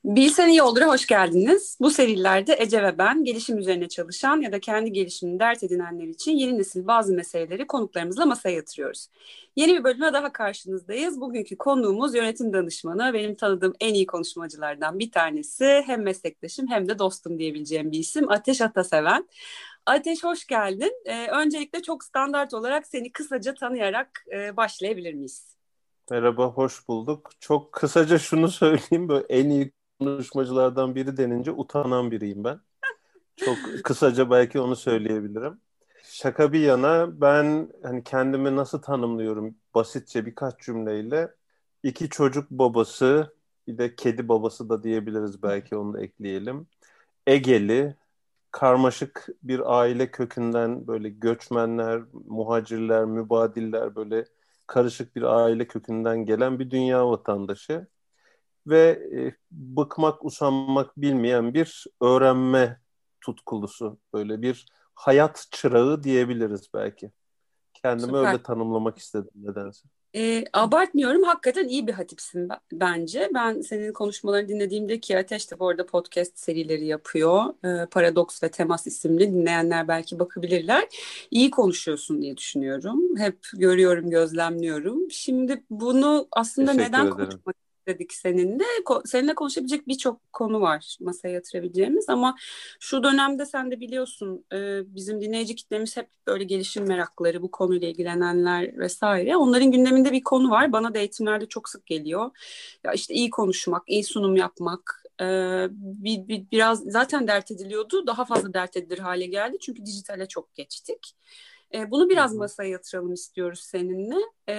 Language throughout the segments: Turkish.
Bilsen iyi olur'a hoş geldiniz. Bu serilerde Ece ve ben gelişim üzerine çalışan ya da kendi gelişimini dert edinenler için yeni nesil bazı meseleleri konuklarımızla masaya yatırıyoruz. Yeni bir bölüme daha karşınızdayız. Bugünkü konuğumuz yönetim danışmanı, benim tanıdığım en iyi konuşmacılardan bir tanesi. Hem meslektaşım hem de dostum diyebileceğim bir isim Ateş Ataseven. Ateş hoş geldin. Öncelikle çok standart olarak seni kısaca tanıyarak başlayabilir miyiz? Merhaba, hoş bulduk. Çok kısaca şunu söyleyeyim, böyle en iyi konuşmacılardan biri denince utanan biriyim ben. Çok kısaca belki onu söyleyebilirim. Şaka bir yana ben hani kendimi nasıl tanımlıyorum basitçe birkaç cümleyle. İki çocuk babası, bir de kedi babası da diyebiliriz belki onu da ekleyelim. Egeli, karmaşık bir aile kökünden böyle göçmenler, muhacirler, mübadiller böyle karışık bir aile kökünden gelen bir dünya vatandaşı ve bıkmak, usanmak bilmeyen bir öğrenme tutkulusu, böyle bir hayat çırağı diyebiliriz belki. Kendimi Süper. öyle tanımlamak istedim nedense. Abartmıyorum. Hakikaten iyi bir hatipsin bence. Ben senin konuşmalarını dinlediğimde ki Ateş de bu arada podcast serileri yapıyor. Paradoks ve Temas isimli dinleyenler belki bakabilirler. İyi konuşuyorsun diye düşünüyorum. Hep görüyorum, gözlemliyorum. Şimdi bunu aslında Teşekkür neden ederim. konuşmak istedik seninle? Seninle konuşabilecek birçok konu var masaya yatırabileceğimiz ama şu dönemde sen de biliyorsun bizim dinleyici kitlemiz hep böyle gelişim meraklıları, bu konuyla ilgilenenler vesaire. Onların gündeminde bir konu var. Bana da eğitimlerde çok sık geliyor. Ya işte iyi konuşmak, iyi sunum yapmak. Biraz zaten dert ediliyordu. Daha fazla dert edilir hale geldi. Çünkü dijitale çok geçtik. Bunu Hı biraz hı. masaya yatıralım istiyoruz seninle.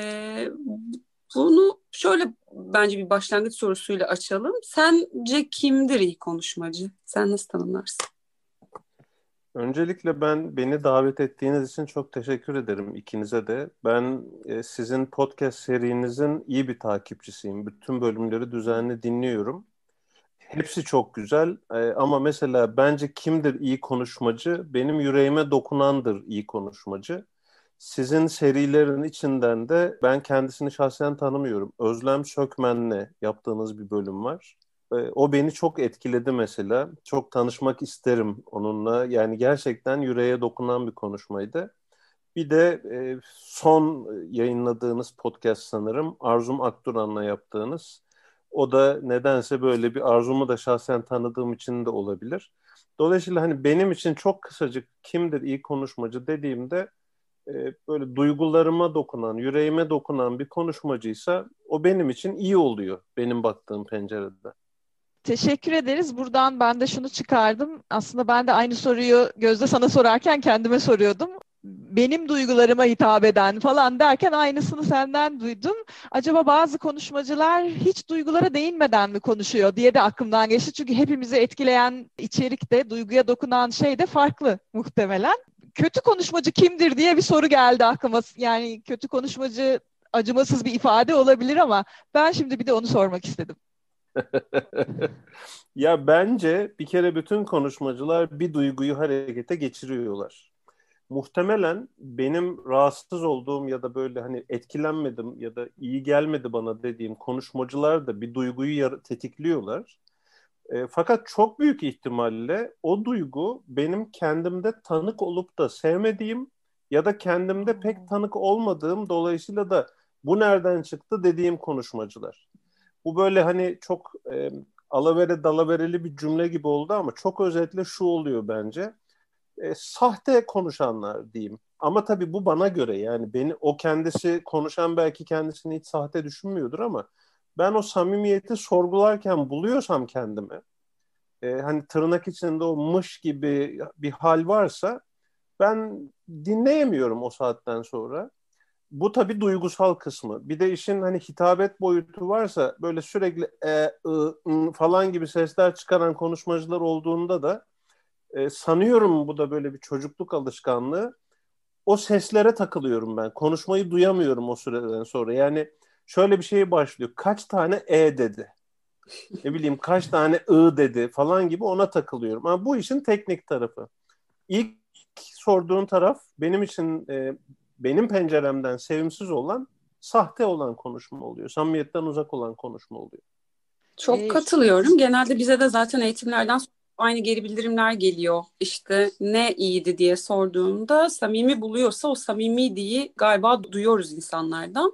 Bunu şöyle bence bir başlangıç sorusuyla açalım. Sence kimdir iyi konuşmacı? Sen nasıl tanımlarsın? Öncelikle beni davet ettiğiniz için çok teşekkür ederim ikinize de. Ben sizin podcast serinizin iyi bir takipçisiyim. Bütün bölümleri düzenli dinliyorum. Hepsi çok güzel. Ama mesela bence kimdir iyi konuşmacı? Benim yüreğime dokunandır iyi konuşmacı. Sizin serilerin içinden de ben kendisini şahsen tanımıyorum. Özlem Sökmen'le yaptığınız bir bölüm var. O beni çok etkiledi mesela. Çok tanışmak isterim onunla. Yani gerçekten yüreğe dokunan bir konuşmaydı. Bir de son yayınladığınız podcast sanırım Arzum Akduran'la yaptığınız. O da nedense böyle bir Arzum'u da şahsen tanıdığım için de olabilir. Dolayısıyla hani benim için çok kısacık kimdir iyi konuşmacı dediğimde böyle duygularıma dokunan, yüreğime dokunan bir konuşmacıysa o benim için iyi oluyor benim baktığım pencerede. Teşekkür ederiz. Buradan ben de şunu çıkardım. Aslında ben de aynı soruyu Gözde sana sorarken kendime soruyordum. Benim duygularıma hitap eden falan derken aynısını senden duydum. Acaba bazı konuşmacılar hiç duygulara değinmeden mi konuşuyor diye de aklımdan geçti. Çünkü hepimizi etkileyen içerik de, duyguya dokunan şey de farklı muhtemelen. Kötü konuşmacı kimdir diye bir soru geldi aklıma. Yani kötü konuşmacı acımasız bir ifade olabilir ama ben şimdi bir de onu sormak istedim. Ya bence bir kere bütün konuşmacılar bir duyguyu harekete geçiriyorlar. Muhtemelen benim rahatsız olduğum ya da böyle hani etkilenmedim ya da iyi gelmedi bana dediğim konuşmacılar da bir duyguyu tetikliyorlar. Fakat çok büyük ihtimalle o duygu benim kendimde tanık olup da sevmediğim ya da kendimde pek tanık olmadığım dolayısıyla da bu nereden çıktı dediğim konuşmacılar. Bu böyle hani çok alavere dalavereli bir cümle gibi oldu ama çok özetle şu oluyor bence. Sahte konuşanlar diyeyim. Ama tabii bu bana göre yani beni o kendisi konuşan belki kendisini hiç sahte düşünmüyordur ama ben o samimiyeti sorgularken buluyorsam kendimi hani tırnak içinde o mış gibi bir hal varsa ben dinleyemiyorum o saatten sonra. Bu tabii duygusal kısmı. Bir de işin hani hitabet boyutu varsa böyle sürekli falan gibi sesler çıkaran konuşmacılar olduğunda da sanıyorum bu da böyle bir çocukluk alışkanlığı. O seslere takılıyorum ben. Konuşmayı duyamıyorum o süreden sonra. Yani şöyle bir şey başlıyor. Kaç tane dedi? Ne bileyim kaç tane dedi falan gibi ona takılıyorum. Ama bu işin teknik tarafı. İlk sorduğun taraf benim için benim penceremden sevimsiz olan sahte olan konuşma oluyor. Samimiyetten uzak olan konuşma oluyor. Çok katılıyorum. Genelde bize de zaten eğitimlerden sonra aynı geri bildirimler geliyor. İşte ne iyiydi diye sorduğumda samimi buluyorsa o samimiydiği galiba duyuyoruz insanlardan.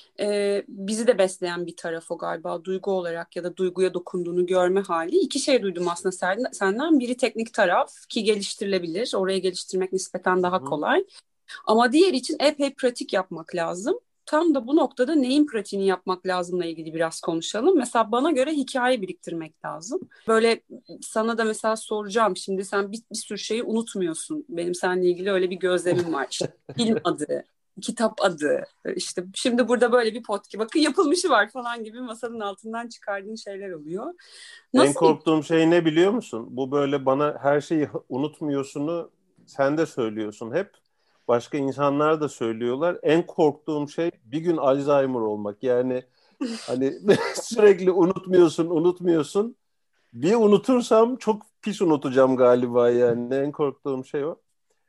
Bizi de besleyen bir taraf o galiba duygu olarak ya da duyguya dokunduğunu görme hali. İki şey duydum aslında senden. Biri teknik taraf ki geliştirilebilir. Orayı geliştirmek nispeten daha kolay. Ama diğer için epey pratik yapmak lazım. Tam da bu noktada neyin pratiğini yapmak lazımla ilgili biraz konuşalım. Mesela bana göre hikaye biriktirmek lazım. Böyle sana da mesela soracağım. Şimdi sen bir sürü şeyi unutmuyorsun. Benim seninle ilgili öyle bir gözlemim var. İşte film adı, kitap adı, işte şimdi burada böyle bir podcast, bakın yapılmışı var falan gibi masanın altından çıkardığın şeyler oluyor. En korktuğum şey ne biliyor musun? Bu böyle bana her şeyi unutmuyorsunu sen de söylüyorsun hep. Başka insanlar da söylüyorlar. En korktuğum şey bir gün Alzheimer olmak. Yani hani sürekli unutmuyorsun. Bir unutursam çok pis unutacağım galiba yani. En korktuğum şey o.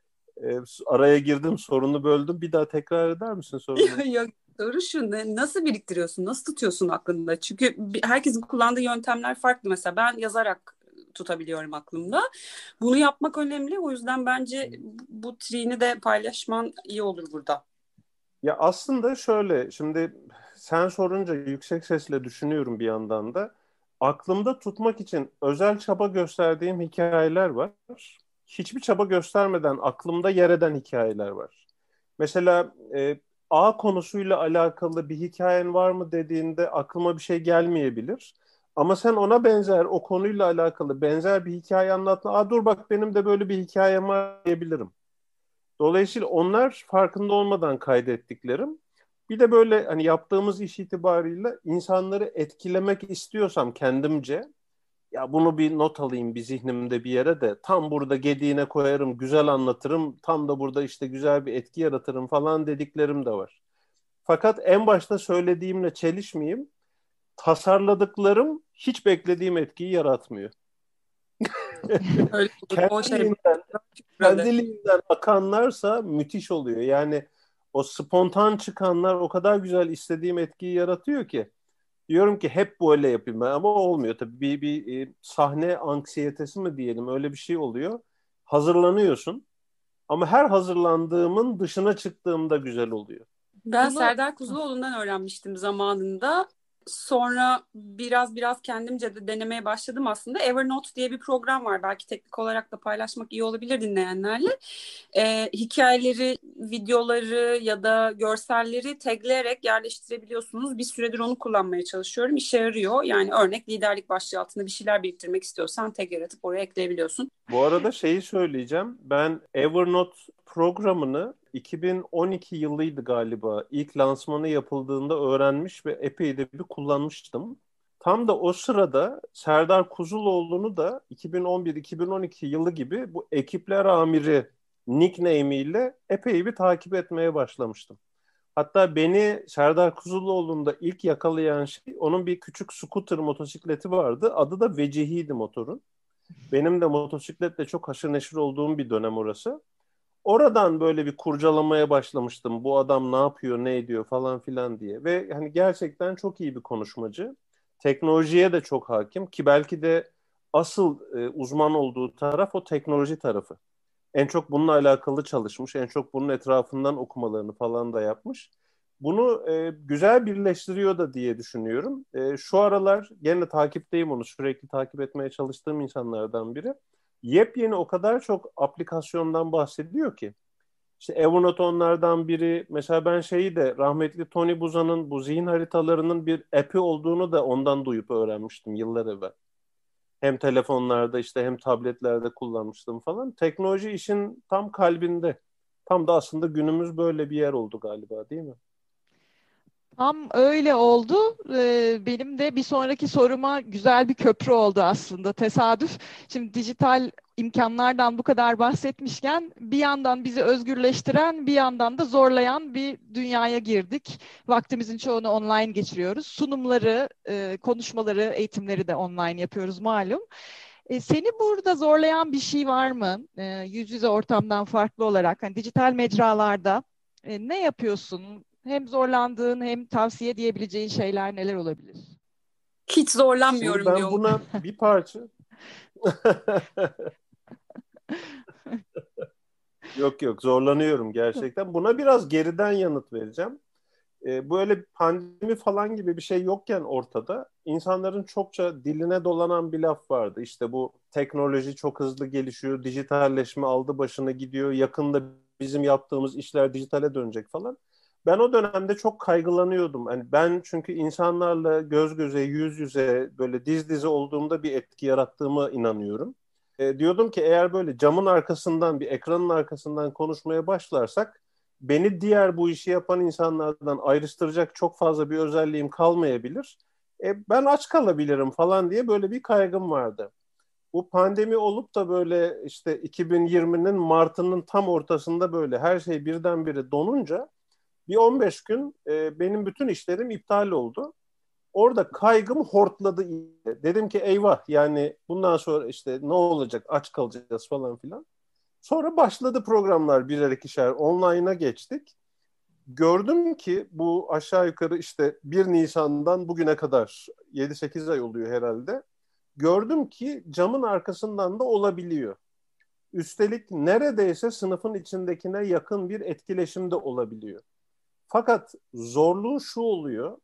Araya girdim, sorunu böldüm. Bir daha tekrar eder misin sorunu? Yok, soru şu, nasıl biriktiriyorsun, nasıl tutuyorsun aklında? Çünkü herkesin kullandığı yöntemler farklı. Mesela ben yazarak tutabiliyorum aklımda. Bunu yapmak önemli. O yüzden bence bu triğini de paylaşman iyi olur burada. Ya aslında şöyle, şimdi sen sorunca yüksek sesle düşünüyorum bir yandan da. Aklımda tutmak için özel çaba gösterdiğim hikayeler var. Hiçbir çaba göstermeden aklımda yer eden hikayeler var. Mesela A konusuyla alakalı bir hikayen var mı dediğinde aklıma bir şey gelmeyebilir. Ama sen ona benzer, o konuyla alakalı benzer bir hikaye anlatma. Aa dur bak benim de böyle bir hikayem var diyebilirim. Dolayısıyla onlar farkında olmadan kaydettiklerim. Bir de böyle hani yaptığımız iş itibarıyla insanları etkilemek istiyorsam kendimce ya bunu bir not alayım bir zihnimde bir yere de tam burada gediğine koyarım, güzel anlatırım, tam da burada işte güzel bir etki yaratırım falan dediklerim de var. Fakat en başta söylediğimle çelişmeyeyim, tasarladıklarım hiç beklediğim etkiyi yaratmıyor. Öyle o şey Kendiliğinden akanlarsa müthiş oluyor. Yani o spontan çıkanlar o kadar güzel istediğim etkiyi yaratıyor ki. Diyorum ki hep böyle yapayım ben ama olmuyor. Tabii bir sahne anksiyetesi mi diyelim öyle bir şey oluyor. Hazırlanıyorsun ama her hazırlandığımın dışına çıktığımda güzel oluyor. Ben Serdar Kuzuloğlu'ndan öğrenmiştim zamanında. Sonra biraz kendimce de denemeye başladım aslında. Evernote diye bir program var. Belki teknik olarak da paylaşmak iyi olabilir dinleyenlerle. Hikayeleri, videoları ya da görselleri tagleyerek yerleştirebiliyorsunuz. Bir süredir onu kullanmaya çalışıyorum. İşe yarıyor. Yani örnek liderlik başlığı altında bir şeyler biriktirmek istiyorsan tag yaratıp oraya ekleyebiliyorsun. Bu arada şeyi söyleyeceğim. Ben Evernote programını 2012 yılıydı galiba. İlk lansmanı yapıldığında öğrenmiş ve epey de bir kullanmıştım. Tam da o sırada Serdar Kuzuloğlu'nu da 2011-2012 yılı gibi bu ekipler amiri nickname ile epey bir takip etmeye başlamıştım. Hatta beni Serdar Kuzuloğlu'nda ilk yakalayan şey onun bir küçük scooter motosikleti vardı. Adı da Vecihi'ydi motorun. Benim de motosikletle çok haşır neşir olduğum bir dönem orası. Oradan böyle bir kurcalamaya başlamıştım. Bu adam ne yapıyor, ne ediyor falan filan diye. Ve hani gerçekten çok iyi bir konuşmacı. Teknolojiye de çok hakim ki belki de asıl uzman olduğu taraf o teknoloji tarafı. En çok bununla alakalı çalışmış, en çok bunun etrafından okumalarını falan da yapmış. Bunu güzel birleştiriyor da diye düşünüyorum. Şu aralar gene takipteyim onu, sürekli takip etmeye çalıştığım insanlardan biri. Yepyeni o kadar çok aplikasyondan bahsediyor ki. İşte Evernote onlardan biri. Mesela ben şeyi de rahmetli Tony Buzan'ın bu zihin haritalarının bir app'i olduğunu da ondan duyup öğrenmiştim yıllar evvel. Hem telefonlarda işte hem tabletlerde kullanmıştım falan. Teknoloji işin tam kalbinde. Tam da aslında günümüz böyle bir yer oldu galiba değil mi? Tam öyle oldu. Benim de bir sonraki soruma güzel bir köprü oldu aslında. Tesadüf. Şimdi dijital imkanlardan bu kadar bahsetmişken bir yandan bizi özgürleştiren, bir yandan da zorlayan bir dünyaya girdik. Vaktimizin çoğunu online geçiriyoruz. Sunumları, konuşmaları, eğitimleri de online yapıyoruz malum. Seni burada zorlayan bir şey var mı? Yüz yüze ortamdan farklı olarak, hani dijital mecralarda ne yapıyorsun? Hem zorlandığın hem tavsiye diyebileceğin şeyler neler olabilir? Hiç Şimdi zorlanmıyorum ben diyor. buna bir parça yok zorlanıyorum gerçekten. Buna biraz geriden yanıt vereceğim. Böyle pandemi falan gibi bir şey yokken ortada insanların çokça diline dolanan bir laf vardı. İşte bu teknoloji çok hızlı gelişiyor, dijitalleşme aldı başını gidiyor, yakında bizim yaptığımız işler dijitale dönecek falan. Ben o dönemde çok kaygılanıyordum. Yani ben çünkü insanlarla göz göze, yüz yüze böyle diz dize olduğumda bir etki yarattığıma inanıyorum. Diyordum ki eğer böyle camın arkasından, bir ekranın arkasından konuşmaya başlarsak beni diğer bu işi yapan insanlardan ayrıştıracak çok fazla bir özelliğim kalmayabilir. Ben aç kalabilirim falan diye böyle bir kaygım vardı. Bu pandemi olup da böyle işte 2020'nin Mart'ının tam ortasında böyle her şey birdenbire donunca bir 15 gün benim bütün işlerim iptal oldu. Orada kaygım hortladı. Dedim ki eyvah, yani bundan sonra işte ne olacak, aç kalacağız falan filan. Sonra başladı programlar, birer ikişer online'a geçtik. Gördüm ki bu aşağı yukarı işte 1 Nisan'dan bugüne kadar 7-8 ay oluyor herhalde. Gördüm ki camın arkasından da olabiliyor. Üstelik neredeyse sınıfın içindekine yakın bir etkileşim de olabiliyor. Fakat zorluğu şu oluyor.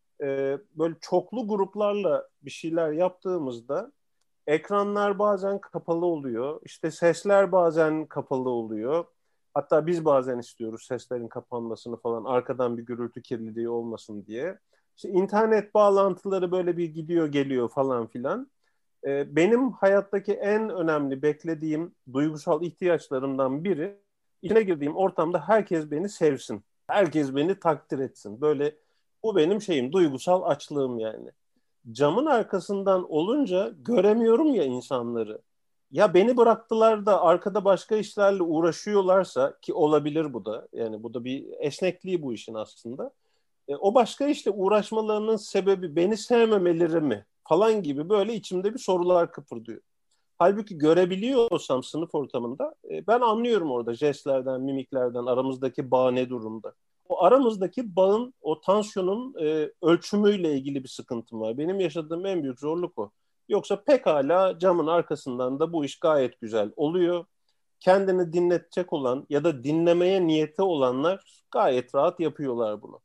Böyle çoklu gruplarla bir şeyler yaptığımızda ekranlar bazen kapalı oluyor. İşte sesler bazen kapalı oluyor. Hatta biz bazen istiyoruz seslerin kapanmasını falan, arkadan bir gürültü kirliliği olmasın diye. İşte internet bağlantıları böyle bir gidiyor geliyor falan filan. Benim hayattaki en önemli beklediğim duygusal ihtiyaçlarımdan biri, içine girdiğim ortamda herkes beni sevsin. Herkes beni takdir etsin. Böyle bu benim şeyim, duygusal açlığım yani. Camın arkasından olunca göremiyorum ya insanları. Ya beni bıraktılar da arkada başka işlerle uğraşıyorlarsa, ki olabilir bu da. Yani bu da bir esnekliği bu işin aslında. O başka işle uğraşmalarının sebebi beni sevmemeleri mi falan gibi böyle içimde bir sorular kıpırdıyor. Halbuki görebiliyor olsam sınıf ortamında ben anlıyorum orada jestlerden, mimiklerden aramızdaki bağ ne durumda. O aramızdaki bağın, o tansiyonun ölçümüyle ilgili bir sıkıntım var. Benim yaşadığım en büyük zorluk o. Yoksa pekala camın arkasından da bu iş gayet güzel oluyor. Kendini dinletecek olan ya da dinlemeye niyeti olanlar gayet rahat yapıyorlar bunu.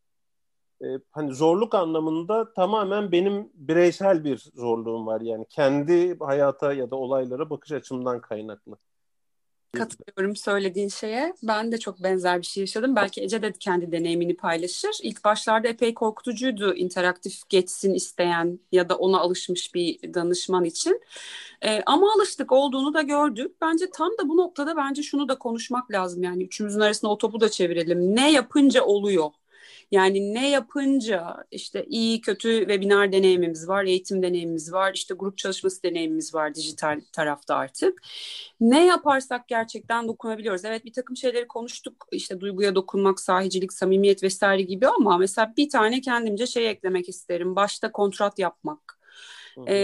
Hani zorluk anlamında tamamen benim bireysel bir zorluğum var. Yani kendi hayata ya da olaylara bakış açımdan kaynaklı. Katılıyorum söylediğin şeye. Ben de çok benzer bir şey yaşadım. Belki Ece de kendi deneyimini paylaşır. İlk başlarda epey korkutucuydu interaktif geçsin isteyen ya da ona alışmış bir danışman için. Ama alıştık, olduğunu da gördük. Bence tam da bu noktada bence şunu da konuşmak lazım. Yani üçümüzün arasında o topu da çevirelim. Ne yapınca oluyor? Yani ne yapınca işte iyi kötü webinar deneyimimiz var, eğitim deneyimimiz var, işte grup çalışması deneyimimiz var dijital tarafta artık. Ne yaparsak gerçekten dokunabiliyoruz. Evet, bir takım şeyleri konuştuk, işte duyguya dokunmak, sahicilik, samimiyet vesaire gibi, ama mesela bir tane kendimce şey eklemek isterim. Başta kontrat yapmak. Hı hı.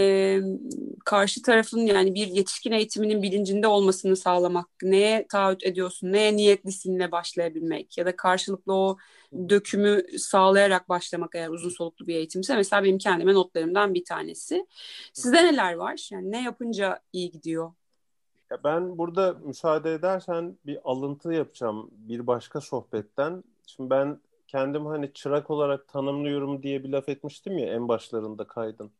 Karşı tarafın, yani bir yetişkin eğitiminin bilincinde olmasını sağlamak, neye taahhüt ediyorsun, neye niyetlisinle başlayabilmek ya da karşılıklı o dökümü sağlayarak başlamak eğer uzun soluklu bir eğitimse, mesela benim kendime notlarımdan bir tanesi. Sizde neler var? Yani ne yapınca iyi gidiyor? Ya ben burada müsaade edersen bir alıntı yapacağım bir başka sohbetten. Şimdi ben kendim hani çırak olarak tanımlıyorum diye bir laf etmiştim ya en başlarında kaydın.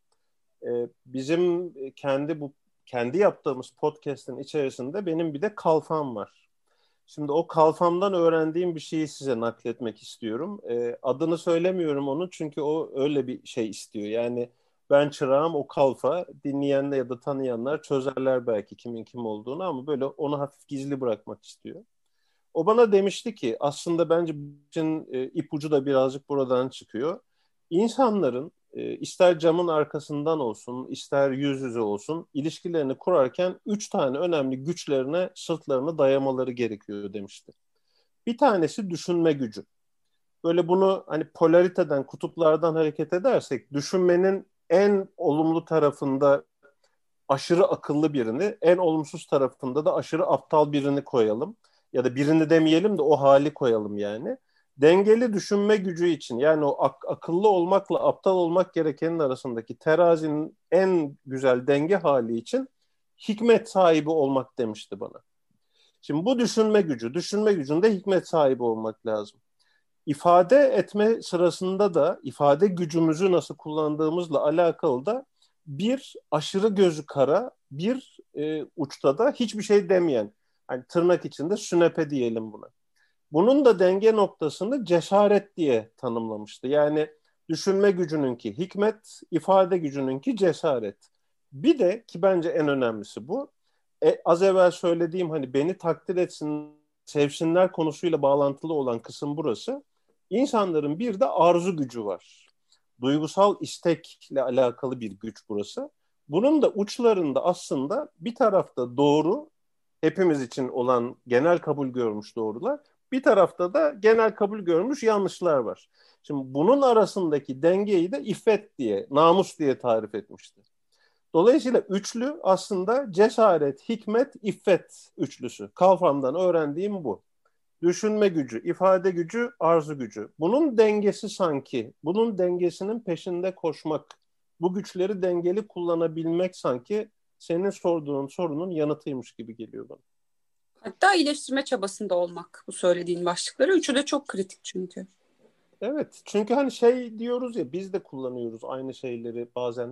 Bizim kendi yaptığımız podcast'in içerisinde benim bir de kalfam var. Şimdi o kalfamdan öğrendiğim bir şeyi size nakletmek istiyorum. Adını söylemiyorum onu çünkü o öyle bir şey istiyor. Yani ben çırağım, o kalfa. Dinleyenler ya da tanıyanlar çözerler belki kimin kim olduğunu, ama böyle onu hafif gizli bırakmak istiyor. O bana demişti ki aslında bence bütün ipucu da birazcık buradan çıkıyor. İnsanların ister camın arkasından olsun, ister yüz yüze olsun ilişkilerini kurarken 3 tane önemli güçlerine sırtlarını dayamaları gerekiyor demişti. Bir tanesi düşünme gücü. Böyle bunu hani polariteden, kutuplardan hareket edersek düşünmenin en olumlu tarafında aşırı akıllı birini, en olumsuz tarafında da aşırı aptal birini koyalım. Ya da birini demeyelim de o hali koyalım yani. dengeli düşünme gücü için, yani o akıllı olmakla aptal olmak gerekenin arasındaki terazinin en güzel denge hali için hikmet sahibi olmak demişti bana. Şimdi bu düşünme gücünde hikmet sahibi olmak lazım. İfade etme sırasında da ifade gücümüzü nasıl kullandığımızla alakalı da bir aşırı gözü kara, bir uçta da hiçbir şey demeyen, hani tırnak içinde sünepe diyelim buna. Bunun da denge noktasını cesaret diye tanımlamıştı. Yani düşünme gücününki hikmet, ifade gücününki cesaret. Bir de ki bence en önemlisi bu. Az evvel söylediğim hani beni takdir etsin, sevsinler konusuyla bağlantılı olan kısım burası. İnsanların bir de arzu gücü var. Duygusal istekle alakalı bir güç burası. Bunun da uçlarında aslında bir tarafta doğru, hepimiz için olan genel kabul görmüş doğrular, bir tarafta da genel kabul görmüş yanlışlar var. Şimdi bunun arasındaki dengeyi de iffet diye, namus diye tarif etmişti. Dolayısıyla üçlü aslında cesaret, hikmet, iffet üçlüsü. Kavramdan öğrendiğim bu. Düşünme gücü, ifade gücü, arzu gücü. Bunun dengesi sanki, bunun dengesinin peşinde koşmak, bu güçleri dengeli kullanabilmek sanki senin sorduğun sorunun yanıtıymış gibi geliyor bana. Hatta iyileştirme çabasında olmak bu söylediğin başlıkları. Üçü de çok kritik çünkü. Evet, çünkü hani şey diyoruz ya, biz de kullanıyoruz aynı şeyleri bazen.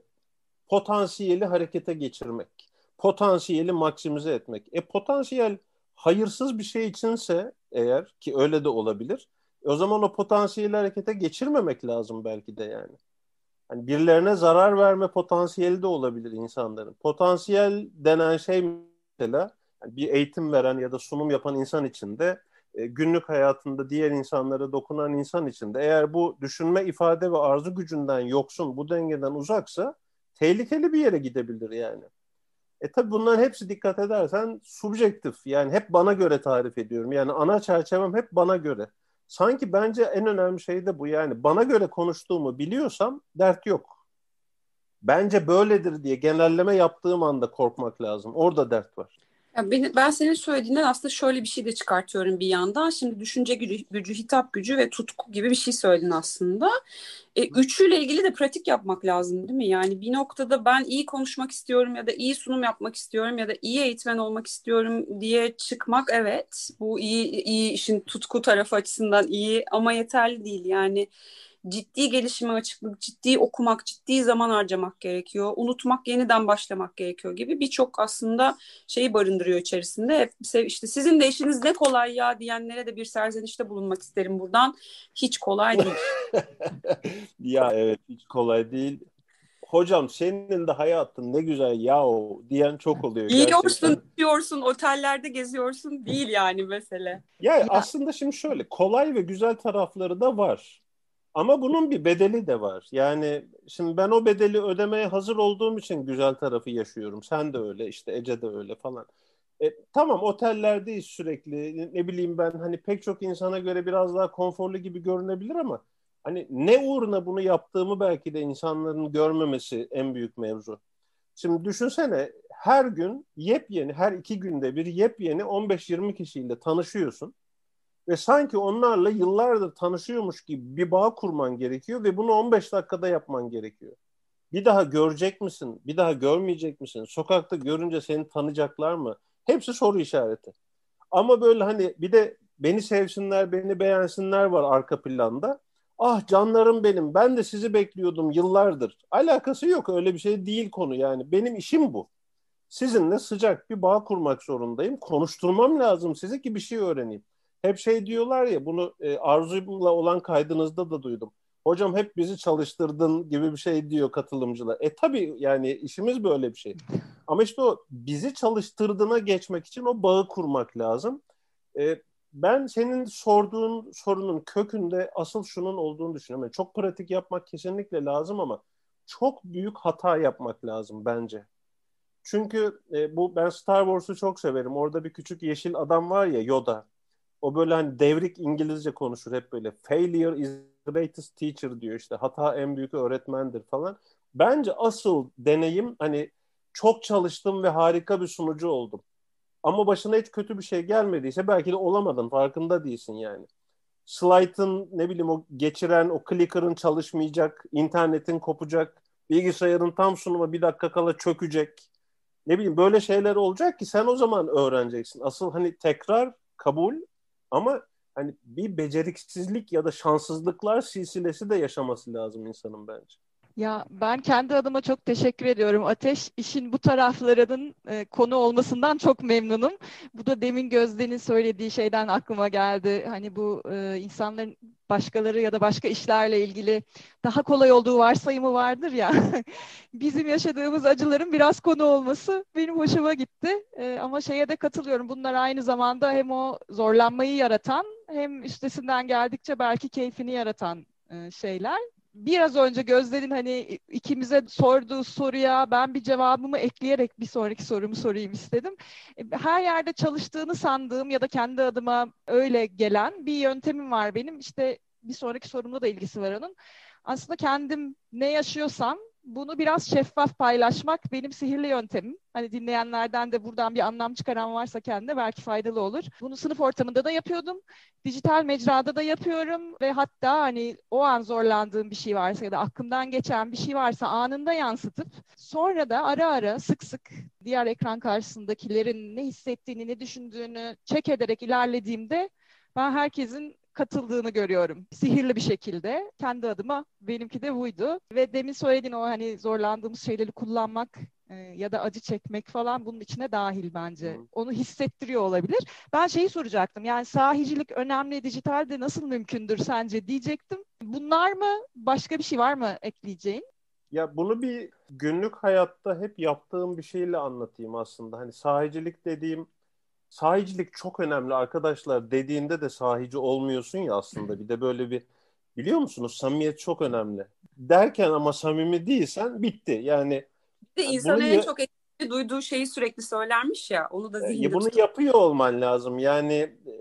Potansiyeli harekete geçirmek, potansiyeli maksimize etmek. Potansiyel hayırsız bir şey içinse eğer, ki öyle de olabilir, o zaman o potansiyeli harekete geçirmemek lazım belki de yani. Hani birilerine zarar verme potansiyeli de olabilir insanların. Potansiyel denen şey mesela yani bir eğitim veren ya da sunum yapan insan için de günlük hayatında diğer insanlara dokunan insan için de eğer bu düşünme, ifade ve arzu gücünden yoksun, bu dengeden uzaksa tehlikeli bir yere gidebilir yani. Tabii bunların hepsi dikkat edersen subjektif, yani hep bana göre tarif ediyorum. Yani ana çerçevem hep bana göre. Sanki bence en önemli şey de bu, yani bana göre konuştuğumu biliyorsam dert yok. Bence böyledir diye genelleme yaptığım anda korkmak lazım. Orada dert var. Ya ben senin söylediğinden aslında şöyle bir şey de çıkartıyorum bir yandan. Şimdi düşünce gücü, hitap gücü ve tutku gibi bir şey söyledin aslında. Üçüyle ilgili de pratik yapmak lazım değil mi? Yani bir noktada ben iyi konuşmak istiyorum ya da iyi sunum yapmak istiyorum ya da iyi eğitmen olmak istiyorum diye çıkmak, evet. Bu iyi işin tutku tarafı açısından iyi ama yeterli değil. Yani ciddi gelişime açıklık, ciddi okumak, ciddi zaman harcamak gerekiyor. Unutmak, yeniden başlamak gerekiyor gibi birçok aslında şeyi barındırıyor içerisinde. Hep işte sizin de işiniz ne kolay ya diyenlere de bir serzenişte bulunmak isterim buradan. Hiç kolay değil. Ya evet, hiç kolay değil. Hocam senin de hayatın ne güzel yahu diyen çok oluyor gerçekten. Yiyorsun, içiyorsun, otellerde geziyorsun değil yani mesele. Ya aslında şimdi şöyle, kolay ve güzel tarafları da var. Ama bunun bir bedeli de var. Yani şimdi ben o bedeli ödemeye hazır olduğum için güzel tarafı yaşıyorum. Sen de öyle, işte Ece de öyle falan. Tamam, otellerdeyiz sürekli. Ne bileyim ben, hani pek çok insana göre biraz daha konforlu gibi görünebilir ama hani ne uğruna bunu yaptığımı belki de insanların görmemesi en büyük mevzu. Şimdi düşünsene, her gün yepyeni, her 2 günde bir yepyeni 15-20 kişiyle tanışıyorsun. Ve sanki onlarla yıllardır tanışıyormuş gibi bir bağ kurman gerekiyor ve bunu 15 dakikada yapman gerekiyor. Bir daha görecek misin? Bir daha görmeyecek misin? Sokakta görünce seni tanıyacaklar mı? Hepsi soru işareti. Ama böyle hani bir de beni sevsinler, beni beğensinler var arka planda. Ah canlarım benim, ben de sizi bekliyordum yıllardır. Alakası yok, öyle bir şey değil konu yani. Benim işim bu. Sizinle sıcak bir bağ kurmak zorundayım. Konuşturmam lazım sizi ki bir şey öğreneyim. Hep şey diyorlar ya, bunu Arzu'yla olan kaydınızda da duydum. Hocam hep bizi çalıştırdın gibi bir şey diyor katılımcılar. Tabii yani işimiz böyle bir şey. Ama işte o bizi çalıştırdığına geçmek için o bağı kurmak lazım. Ben senin sorduğun sorunun kökünde asıl şunun olduğunu düşünüyorum. Yani çok pratik yapmak kesinlikle lazım ama çok büyük hata yapmak lazım bence. Çünkü ben Star Wars'u çok severim. Orada bir küçük yeşil adam var ya, Yoda. O böyle hani devrik İngilizce konuşur hep böyle. Failure is the greatest teacher diyor işte. Hata en büyük öğretmendir falan. Bence asıl deneyim hani çok çalıştım ve harika bir sunucu oldum. Ama başına hiç kötü bir şey gelmediyse belki de olamadın, farkında değilsin yani. slide'ın ne bileyim o geçiren o clicker'ın çalışmayacak, internetin kopacak, bilgisayarın tam sunuma bir dakika kala çökecek. Ne bileyim böyle şeyler olacak ki sen o zaman öğreneceksin. Asıl hani tekrar kabul ama hani bir beceriksizlik ya da şanssızlıklar silsilesi de yaşaması lazım insanın bence. Ya ben kendi adıma çok teşekkür ediyorum. Ateş, işin bu taraflarının konu olmasından çok memnunum. Bu da demin Gözde'nin söylediği şeyden aklıma geldi. Hani bu insanların başkaları ya da başka işlerle ilgili daha kolay olduğu varsayımı vardır ya. Bizim yaşadığımız acıların biraz konu olması benim hoşuma gitti. Ama şeye de katılıyorum. Bunlar aynı zamanda hem o zorlanmayı yaratan hem üstesinden geldikçe belki keyfini yaratan şeyler. Biraz önce Gözde'nin hani ikimize sorduğu soruya ben bir cevabımı ekleyerek bir sonraki sorumu sorayım istedim. Her yerde çalıştığını sandığım ya da kendi adıma öyle gelen bir yöntemim var benim. İşte bir sonraki sorumla da ilgisi var onun. Aslında kendim ne yaşıyorsam bunu biraz şeffaf paylaşmak benim sihirli yöntemim. Hani dinleyenlerden de buradan bir anlam çıkaran varsa kendine belki faydalı olur. Bunu sınıf ortamında da yapıyordum. Dijital mecrada da yapıyorum ve hatta hani o an zorlandığım bir şey varsa ya da aklımdan geçen bir şey varsa anında yansıtıp sonra da ara ara sık sık diğer ekran karşısındakilerin ne hissettiğini, ne düşündüğünü check ederek ilerlediğimde ben herkesin katıldığını görüyorum. Sihirli bir şekilde. Kendi adıma benimki de buydu. Ve demin söylediğin o hani zorlandığımız şeyleri kullanmak ya da acı çekmek falan bunun içine dahil bence. Onu hissettiriyor olabilir. Ben şeyi soracaktım. Yani sahicilik önemli, dijitalde nasıl mümkündür sence diyecektim. Bunlar mı? Başka bir şey var mı ekleyeceğin? Ya bunu bir günlük hayatta hep yaptığım bir şeyle anlatayım aslında. Hani sahicilik çok önemli arkadaşlar dediğinde de sahici olmuyorsun ya aslında. Bir de böyle bir biliyor musunuz samimiyet çok önemli. Derken ama samimi değilsen bitti. Yani Bir de bunu insan en çok etkili duyduğu şeyi sürekli söylermiş ya, onu da zihinde bunu tutup. yapıyor olman lazım. Yani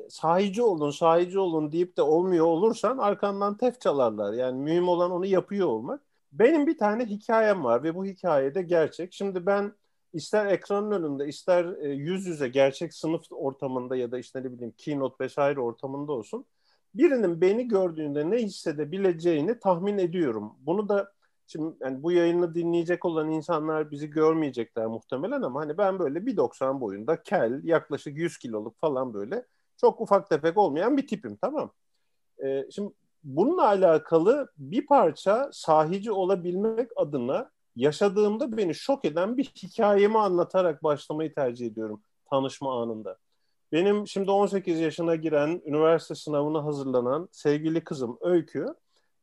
sahici olun deyip de olmuyor olursan arkandan tef çalarlar. Yani mühim olan onu yapıyor olmak. Benim bir tane hikayem var ve bu hikayede gerçek. Şimdi ben ister ekranın önünde ister yüz yüze gerçek sınıf ortamında ya da işte ne bileyim keynote vesaire ortamında olsun. Birinin beni gördüğünde ne hissedebileceğini tahmin ediyorum. Bunu da şimdi yani bu yayını dinleyecek olan insanlar bizi görmeyecekler muhtemelen ama hani ben böyle 1,90 boyunda kel yaklaşık 100 kiloluk falan böyle çok ufak tefek olmayan bir tipim tamam. Şimdi bununla alakalı bir parça sahici olabilmek adına yaşadığımda beni şok eden bir hikayemi anlatarak başlamayı tercih ediyorum tanışma anında. Benim şimdi 18 yaşına giren, üniversite sınavına hazırlanan sevgili kızım Öykü,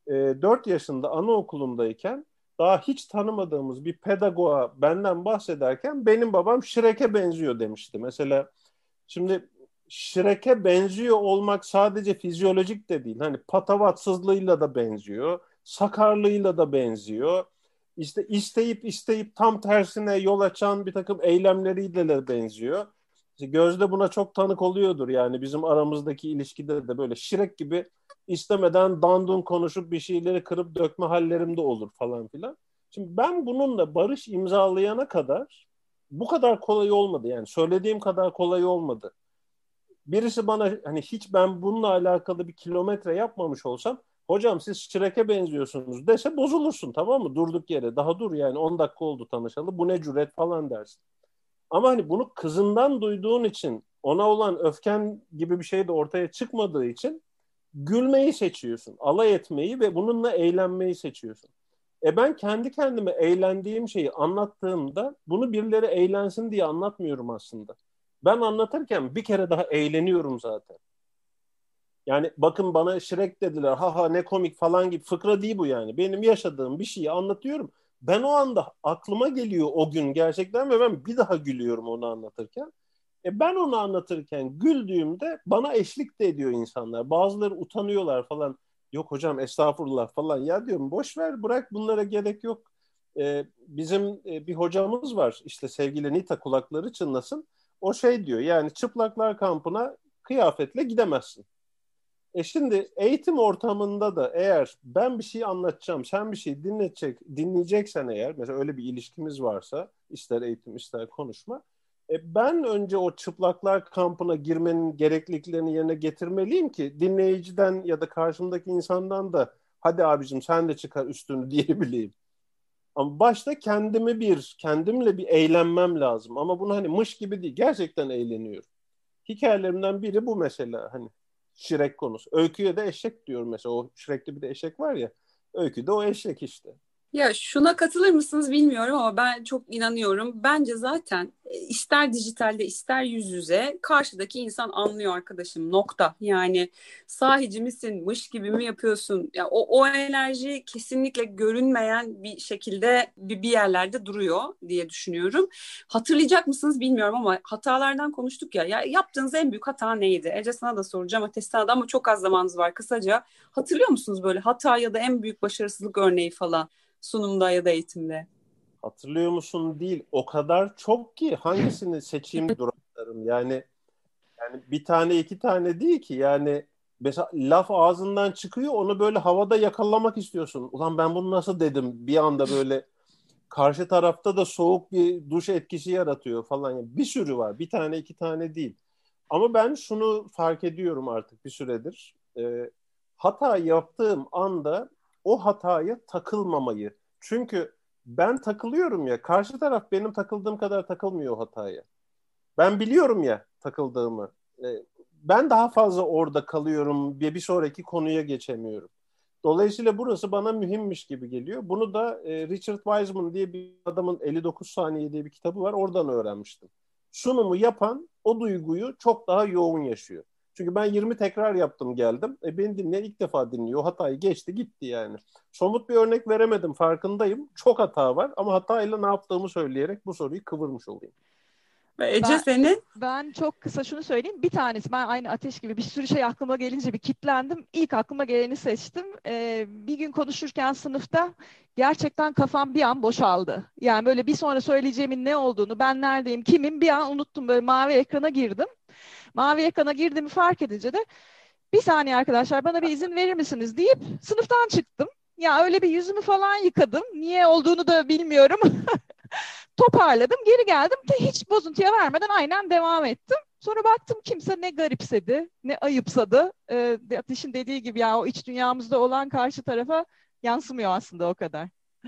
4 yaşında anaokulundayken daha hiç tanımadığımız bir pedagoğa benden bahsederken benim babam Shrek'e benziyor demişti. Mesela şimdi Shrek'e benziyor olmak sadece fizyolojik de değil. Hani patavatsızlığıyla da benziyor, sakarlığıyla da benziyor. İşte isteyip tam tersine yol açan bir takım eylemleriyle de benziyor. İşte Gözde buna çok tanık oluyordur yani bizim aramızdaki ilişkide de böyle Shrek gibi istemeden dandun konuşup bir şeyleri kırıp dökme hallerim de olur falan filan. Şimdi ben bununla barış imzalayana kadar bu kadar kolay olmadı. Yani söylediğim kadar kolay olmadı. Birisi bana hani hiç ben bununla alakalı bir kilometre yapmamış olsam hocam siz Shrek'e benziyorsunuz dese bozulursun tamam mı? Durduk yere. Daha dur yani 10 dakika oldu tanışalı. Bu ne cüret falan dersin. Ama hani bunu kızından duyduğun için ona olan öfken gibi bir şey de ortaya çıkmadığı için gülmeyi seçiyorsun. Alay etmeyi ve bununla eğlenmeyi seçiyorsun. Ben kendi kendime eğlendiğim şeyi anlattığımda bunu birileri eğlensin diye anlatmıyorum aslında. Ben anlatırken bir kere daha eğleniyorum zaten. Yani bakın bana Shrek dediler, ha ne komik falan gibi fıkra değil bu yani. Benim yaşadığım bir şeyi anlatıyorum. Ben o anda aklıma geliyor o gün gerçekten ve ben bir daha gülüyorum onu anlatırken. Ben onu anlatırken güldüğümde bana eşlik de ediyor insanlar. Bazıları utanıyorlar falan. Yok hocam estağfurullah falan. Ya diyorum boş ver bırak bunlara gerek yok. Bizim bir hocamız var işte sevgili Nita kulakları çınlasın. O şey diyor yani çıplaklar kampına kıyafetle gidemezsin. Şimdi eğitim ortamında da eğer ben bir şey anlatacağım, sen bir şey dinleyeceksen eğer, mesela öyle bir ilişkimiz varsa, ister eğitim ister konuşma, Ben önce o çıplaklar kampına girmenin gerekliliklerini yerine getirmeliyim ki dinleyiciden ya da karşımdaki insandan da hadi abicim sen de çıkar üstünü diyebileyim. Ama başta kendimle bir eğlenmem lazım. Ama bunu hani mış gibi değil, gerçekten eğleniyorum. Hikayelerimden biri bu mesela, hani Shrek konusu. Öyküye de eşek diyorum mesela. O Shrek'te bir de eşek var ya. Öyküde o eşek işte. Ya şuna katılır mısınız bilmiyorum ama ben çok inanıyorum. Bence zaten ister dijitalde ister yüz yüze karşıdaki insan anlıyor arkadaşım, nokta. Yani sahici misin, mış gibi mi yapıyorsun? Ya o enerji kesinlikle görünmeyen bir şekilde bir yerlerde duruyor diye düşünüyorum. Hatırlayacak mısınız bilmiyorum ama hatalardan konuştuk ya. Ya yaptığınız en büyük hata neydi? Ece sana da soracağım, Ateş sana da, ama çok az zamanınız var, kısaca. Hatırlıyor musunuz böyle hata ya da en büyük başarısızlık örneği falan? Sunumda ya da eğitimde. Hatırlıyor musun değil. O kadar çok ki hangisini seçeyim duraklarım. Yani bir tane iki tane değil ki. Yani mesela laf ağzından çıkıyor, onu böyle havada yakalamak istiyorsun. Ulan ben bunu nasıl dedim? Bir anda böyle karşı tarafta da soğuk bir duş etkisi yaratıyor falan. Yani bir sürü var. Bir tane iki tane değil. Ama ben şunu fark ediyorum artık bir süredir. Hata yaptığım anda o hataya takılmamayı. Çünkü ben takılıyorum ya, karşı taraf benim takıldığım kadar takılmıyor o hataya. Ben biliyorum ya takıldığımı. Ben daha fazla orada kalıyorum ve bir sonraki konuya geçemiyorum. Dolayısıyla burası bana mühimmiş gibi geliyor. Bunu da Richard Wiseman diye bir adamın 59 saniye diye bir kitabı var. Oradan öğrenmiştim. Sunumu yapan o duyguyu çok daha yoğun yaşıyor. Çünkü ben 20 tekrar yaptım geldim. Beni dinleyen ilk defa dinliyor. Hatayı geçti gitti yani. Somut bir örnek veremedim, farkındayım. Çok hata var ama hatayla ne yaptığımı söyleyerek bu soruyu kıvırmış olayım. Ve Ece Ben, senin? ben çok kısa şunu söyleyeyim. Bir tanesi, ben aynı Ateş gibi bir sürü şey aklıma gelince bir kitlendim. İlk aklıma geleni seçtim. Bir gün konuşurken sınıfta gerçekten kafam bir an boşaldı. Yani böyle bir sonra söyleyeceğimin ne olduğunu, ben neredeyim, kimim bir an unuttum. Böyle mavi ekrana girdim. Mavi ekrana girdiğimi fark edince de bir saniye arkadaşlar bana bir izin verir misiniz deyip sınıftan çıktım. Ya öyle bir yüzümü falan yıkadım. Niye olduğunu da bilmiyorum. Toparladım, geri geldim de hiç bozuntuya vermeden aynen devam ettim. Sonra baktım kimse ne garipsedi, ne ayıpsadı. Ateş'in dediği gibi ya o iç dünyamızda olan karşı tarafa yansımıyor aslında o kadar.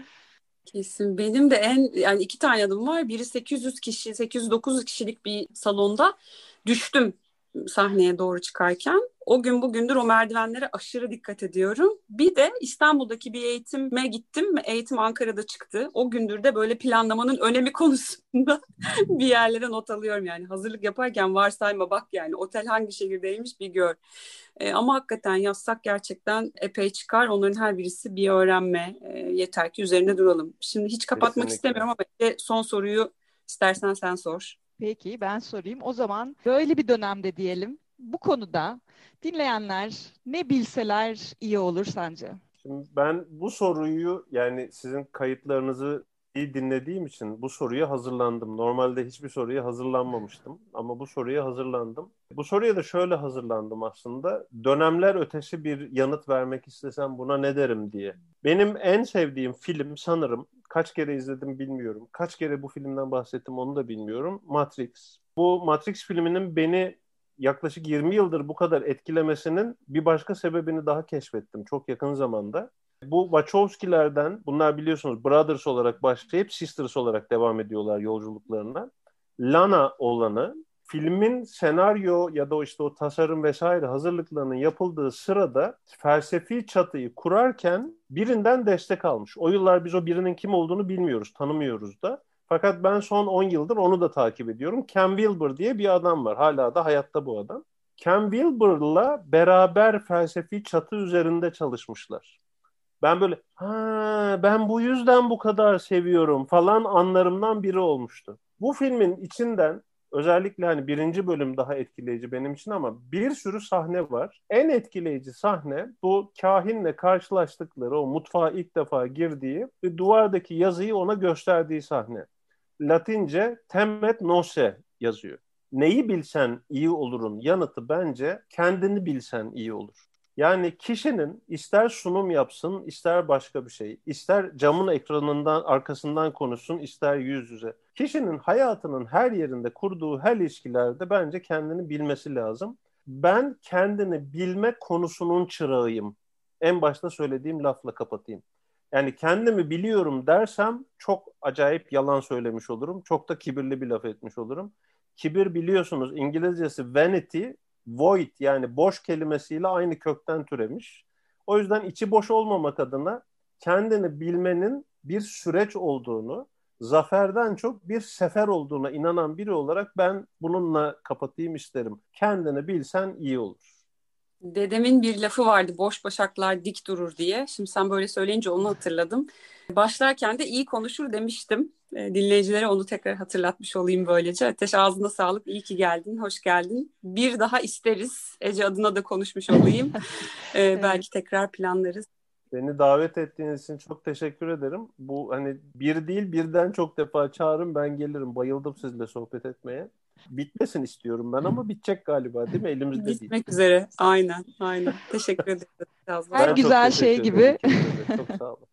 Kesin. Benim de yani iki tane adım var. Biri 800 kişi, 809 kişilik bir salonda düştüm sahneye doğru çıkarken. O gün bugündür o merdivenlere aşırı dikkat ediyorum. Bir de İstanbul'daki bir eğitime gittim. Eğitim Ankara'da çıktı. O gündür de böyle planlamanın önemi konusunda bir yerlere not alıyorum yani. Hazırlık yaparken varsayma bak, yani otel hangi şehirdeymiş bir gör. Ama hakikaten yazsak gerçekten epey çıkar. Onların her birisi bir öğrenme. Yeter ki üzerine duralım. Şimdi hiç kapatmak Kesinlikle. istemiyorum ama son soruyu istersen sen sor. Peki ben sorayım. O zaman böyle bir dönemde diyelim. Bu konuda dinleyenler ne bilseler iyi olur sence? Şimdi ben bu soruyu, yani sizin kayıtlarınızı iyi dinlediğim için bu soruya hazırlandım. Normalde hiçbir soruya hazırlanmamıştım ama bu soruya hazırlandım. Bu soruya da şöyle hazırlandım aslında. Dönemler ötesi bir yanıt vermek istesem buna ne derim diye. Benim en sevdiğim film sanırım, kaç kere izledim bilmiyorum. Kaç kere bu filmden bahsettim onu da bilmiyorum. Matrix. Bu Matrix filminin beni yaklaşık 20 yıldır bu kadar etkilemesinin bir başka sebebini daha keşfettim çok yakın zamanda. Bu Wachowski'lerden, bunlar biliyorsunuz Brothers olarak başlayıp Sisters olarak devam ediyorlar yolculuklarına. Lana olanı, filmin senaryo ya da işte o tasarım vesaire hazırlıklarının yapıldığı sırada felsefi çatıyı kurarken birinden destek almış. O yıllar biz o birinin kim olduğunu bilmiyoruz, tanımıyoruz da. Fakat ben son 10 yıldır onu da takip ediyorum. Ken Wilber diye bir adam var. Hala da hayatta bu adam. Ken Wilber'la beraber felsefi çatı üzerinde çalışmışlar. Ben böyle ben bu yüzden bu kadar seviyorum falan anlarımdan biri olmuştu. Bu filmin içinden özellikle hani birinci bölüm daha etkileyici benim için ama bir sürü sahne var. En etkileyici sahne bu kahinle karşılaştıkları, o mutfağa ilk defa girdiği ve duvardaki yazıyı ona gösterdiği sahne. Latince temet nose yazıyor. Neyi bilsen iyi olurun yanıtı bence kendini bilsen iyi olur. Yani kişinin ister sunum yapsın, ister başka bir şey, ister camın ekranından arkasından konuşsun, ister yüz yüze. Kişinin hayatının her yerinde kurduğu her ilişkilerde bence kendini bilmesi lazım. Ben kendini bilme konusunun çırağıyım. En başta söylediğim lafla kapatayım. Yani kendimi biliyorum dersem çok acayip yalan söylemiş olurum. Çok da kibirli bir laf etmiş olurum. Kibir biliyorsunuz İngilizcesi vanity, void yani boş kelimesiyle aynı kökten türemiş. O yüzden içi boş olmamak adına kendini bilmenin bir süreç olduğunu, zaferden çok bir sefer olduğuna inanan biri olarak ben bununla kapatayım isterim. Kendini bilsen iyi olur. Dedemin bir lafı vardı, boş başaklar dik durur diye. Şimdi sen böyle söyleyince onu hatırladım. Başlarken de iyi konuşur demiştim. Dinleyicilere onu tekrar hatırlatmış olayım böylece. Ateş, ağzına sağlık, iyi ki geldin, hoş geldin. Bir daha isteriz. Ece adına da konuşmuş olayım. Belki tekrar planlarız. Beni davet ettiğiniz için çok teşekkür ederim. Bu hani bir değil birden çok defa çağırın, ben gelirim. Bayıldım sizinle sohbet etmeye. Bitmesin istiyorum ben ama bitecek galiba değil mi? Elimizde değil. Bitmek üzere. Aynen. Teşekkür ederim. Her güzel şey gibi. Çok sağ olun.